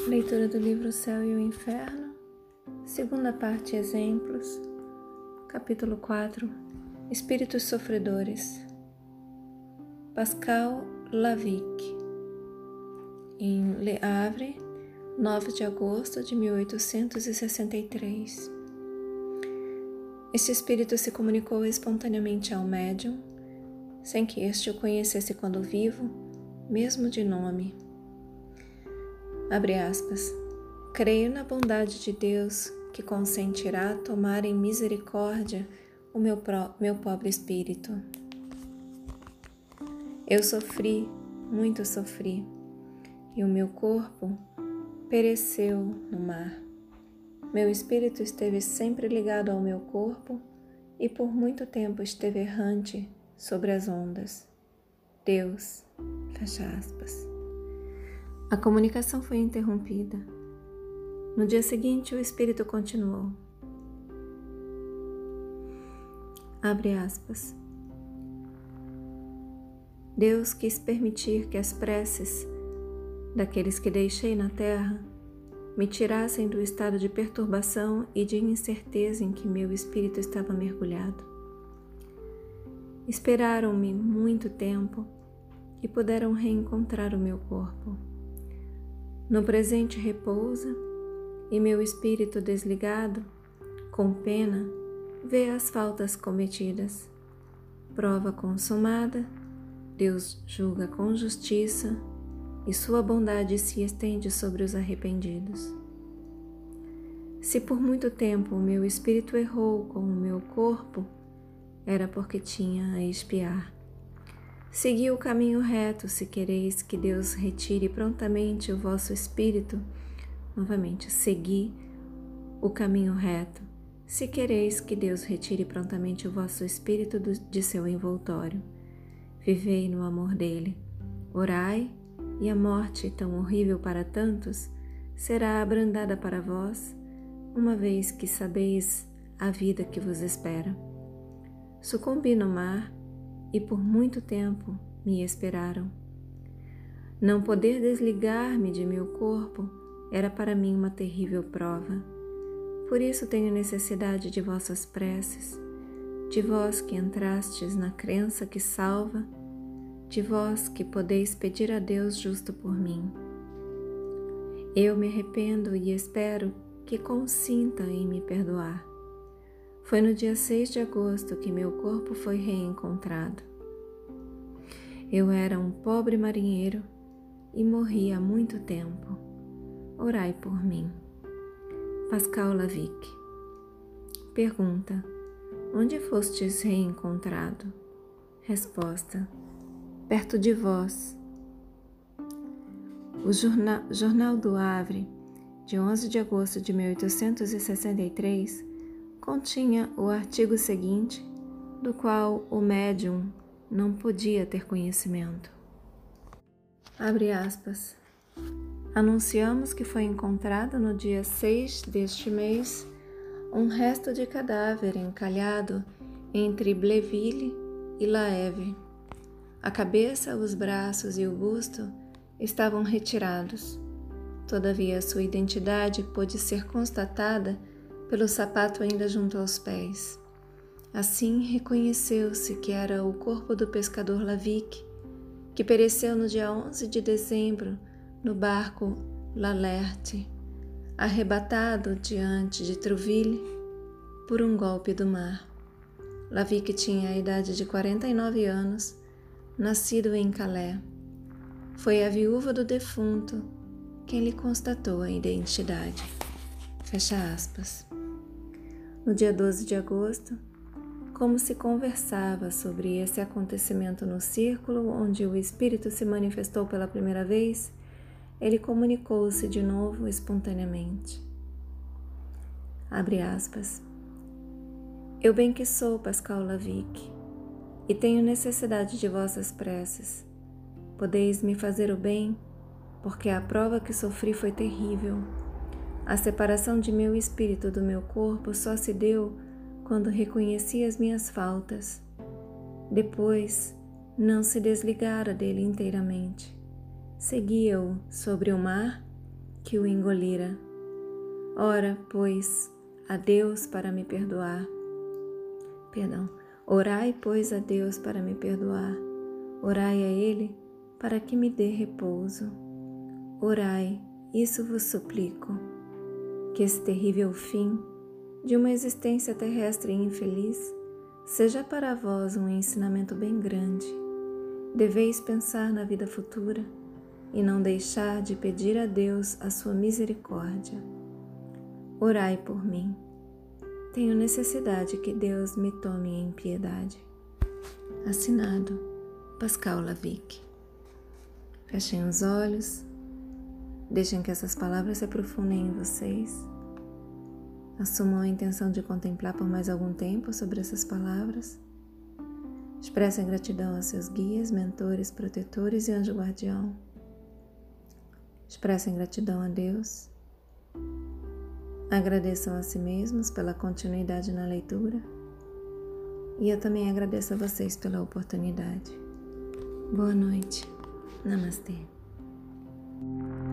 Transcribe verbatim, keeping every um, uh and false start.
Leitura do livro O Céu e o Inferno, segunda parte, Exemplos, capítulo quatro, Espíritos Sofredores, Pascal Lavique, em Le Havre, nove de agosto de mil oitocentos e sessenta e três. Este espírito se comunicou espontaneamente ao médium, sem que este o conhecesse quando vivo, mesmo de nome. Abre aspas. Creio na bondade de Deus que consentirá tomar em misericórdia o meu, pro, meu pobre espírito. Eu sofri, muito sofri, e o meu corpo pereceu no mar. Meu espírito esteve sempre ligado ao meu corpo e por muito tempo esteve errante sobre as ondas. Deus, fecha aspas. A comunicação foi interrompida. No dia seguinte, o espírito continuou. Abre aspas. Deus quis permitir que as preces daqueles que deixei na terra me tirassem do estado de perturbação e de incerteza em que meu espírito estava mergulhado. Esperaram-me muito tempo e puderam reencontrar o meu corpo. No presente repousa, e meu espírito desligado, com pena, vê as faltas cometidas. Prova consumada, Deus julga com justiça, e sua bondade se estende sobre os arrependidos. Se por muito tempo o meu espírito errou com o meu corpo, era porque tinha a expiar. Segui o caminho reto, se quereis que Deus retire prontamente o vosso espírito. Novamente, segui o caminho reto, se quereis que Deus retire prontamente o vosso espírito de seu envoltório. Vivei no amor dele. Orai, e a morte, tão horrível para tantos, será abrandada para vós, uma vez que sabeis a vida que vos espera. Sucumbi no mar, e por muito tempo me esperaram. Não poder desligar-me de meu corpo era para mim uma terrível prova. Por isso tenho necessidade de vossas preces, de vós que entrastes na crença que salva, de vós que podeis pedir a Deus justo por mim. Eu me arrependo e espero que consinta em me perdoar. Foi no dia seis de agosto que meu corpo foi reencontrado. Eu era um pobre marinheiro e morri há muito tempo. Orai por mim. Pascal Lavique. Pergunta: onde fostes reencontrado? Resposta: perto de vós. O Jornal, Jornal do Havre, de onze de agosto de mil oitocentos e sessenta e três, continha o artigo seguinte, do qual o médium não podia ter conhecimento. Abre aspas. Anunciamos que foi encontrado no dia seis deste mês um resto de cadáver encalhado entre Bleville e La Hève. A cabeça, os braços e o busto estavam retirados. Todavia, sua identidade pôde ser constatada pelo sapato ainda junto aos pés. Assim, reconheceu-se que era o corpo do pescador Lavique, que pereceu no dia onze de dezembro no barco L'Alerte, arrebatado diante de Trouville por um golpe do mar. Lavique tinha a idade de quarenta e nove anos, nascido em Calais. Foi a viúva do defunto quem lhe constatou a identidade. Fecha aspas. No dia doze de agosto, como se conversava sobre esse acontecimento no círculo onde o espírito se manifestou pela primeira vez, ele comunicou-se de novo espontaneamente. Abre aspas. Eu bem que sou Pascal Lavique, e tenho necessidade de vossas preces. Podeis me fazer o bem, porque a prova que sofri foi terrível. A separação de meu espírito do meu corpo só se deu quando reconheci as minhas faltas. Depois, não se desligara dele inteiramente. Seguia-o sobre o mar que o engolira. Ora, pois, a Deus para me perdoar. Perdão. Orai, pois, a Deus para me perdoar. Orai a Ele para que me dê repouso. Orai, isso vos suplico, que esse terrível fim de uma existência terrestre e infeliz seja para vós um ensinamento bem grande. Deveis pensar na vida futura e não deixar de pedir a Deus a sua misericórdia. Orai por mim. Tenho necessidade que Deus me tome em piedade. Assinado Pascal Lavic. Fechem os olhos. Deixem que essas palavras se aprofundem em vocês. Assumam a intenção de contemplar por mais algum tempo sobre essas palavras. Expressem gratidão aos seus guias, mentores, protetores e anjo guardião. Expressem gratidão a Deus. Agradeçam a si mesmos pela continuidade na leitura. E eu também agradeço a vocês pela oportunidade. Boa noite. Namastê.